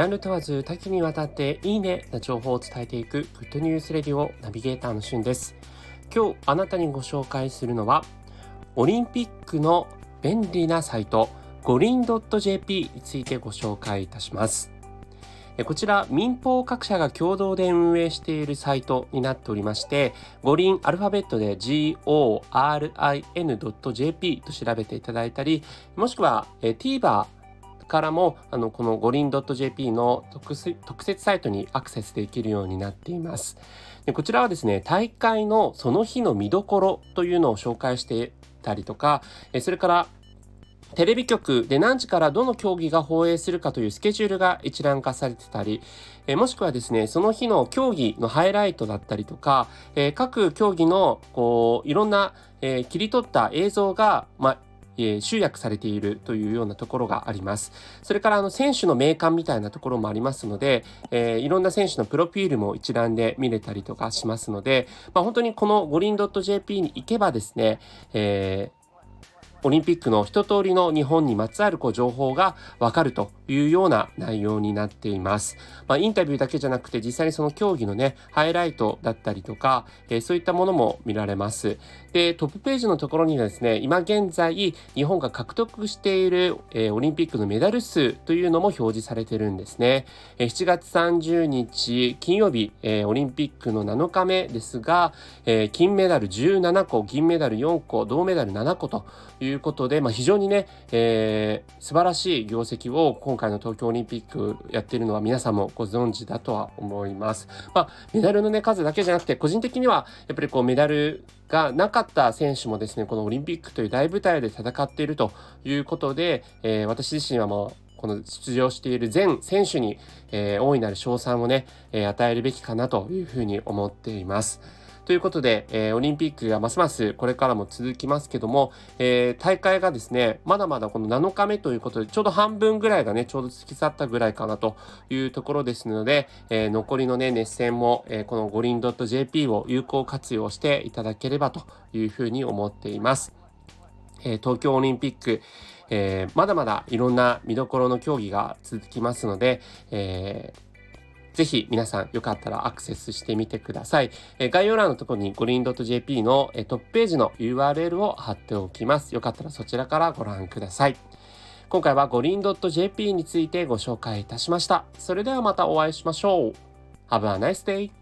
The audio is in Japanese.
ジャンル問わず多岐にわたっていいねな情報を伝えていくグッドニュースレディオナビゲーターのしゅんです。今日あなたにご紹介するのはオリンピックの便利なサイト五輪 .jp についてご紹介いたします。こちら民放各社が共同で運営しているサイトになっておりまして、五輪アルファベットで GORIN.jp と調べていただいたり、もしくは TVer からもこの五輪 .jp の特設サイトにアクセスできるようになっています。でこちらはですね、大会のその日の見どころというのを紹介してたりとか、それからテレビ局で何時からどの競技が放映するかというスケジュールが一覧化されてたり、もしくはですね、その日の競技のハイライトだったりとか、各競技のいろんな、切り取った映像が、集約されているというようなところがあります。それから選手の名鑑みたいなところもありますので、いろんな選手のプロフィールも一覧で見れたりとかしますので、本当にこの五輪 .jp に行けばですね、オリンピックの一通りの日本にまつわる情報がわかるというような内容になっています。インタビューだけじゃなくて実際にその競技のハイライトだったりとか、そういったものも見られます。で、トップページのところにはですね、今現在日本が獲得している、オリンピックのメダル数というのも表示されてるんですね。7月30日金曜日、オリンピックの7日目ですが、金メダル17個、銀メダル4個、銅メダル7個ということで、非常に素晴らしい業績を今回の東京オリンピックやっているのは皆さんもご存知だとは思います。メダルの数だけじゃなくて、個人的にはやっぱりメダルがなかった選手もですね、このオリンピックという大舞台で戦っているということで、私自身はこの出場している全選手に、大いなる称賛を与えるべきかなというふうに思っています。ということで、オリンピックがますますこれからも続きますけども、大会がですね、まだまだこの7日目ということで、ちょうど半分ぐらいがちょうど突き去ったぐらいかなというところですので、残りの熱戦も、この五輪 .jp を有効活用していただければというふうに思っています。東京オリンピック、まだまだいろんな見どころの競技が続きますので、ぜひ皆さんよかったらアクセスしてみてください。概要欄のところに五輪 .jp のトップページの URL を貼っておきます。よかったらそちらからご覧ください。今回は五輪 .jp についてご紹介いたしました。それではまたお会いしましょう。Have a nice day!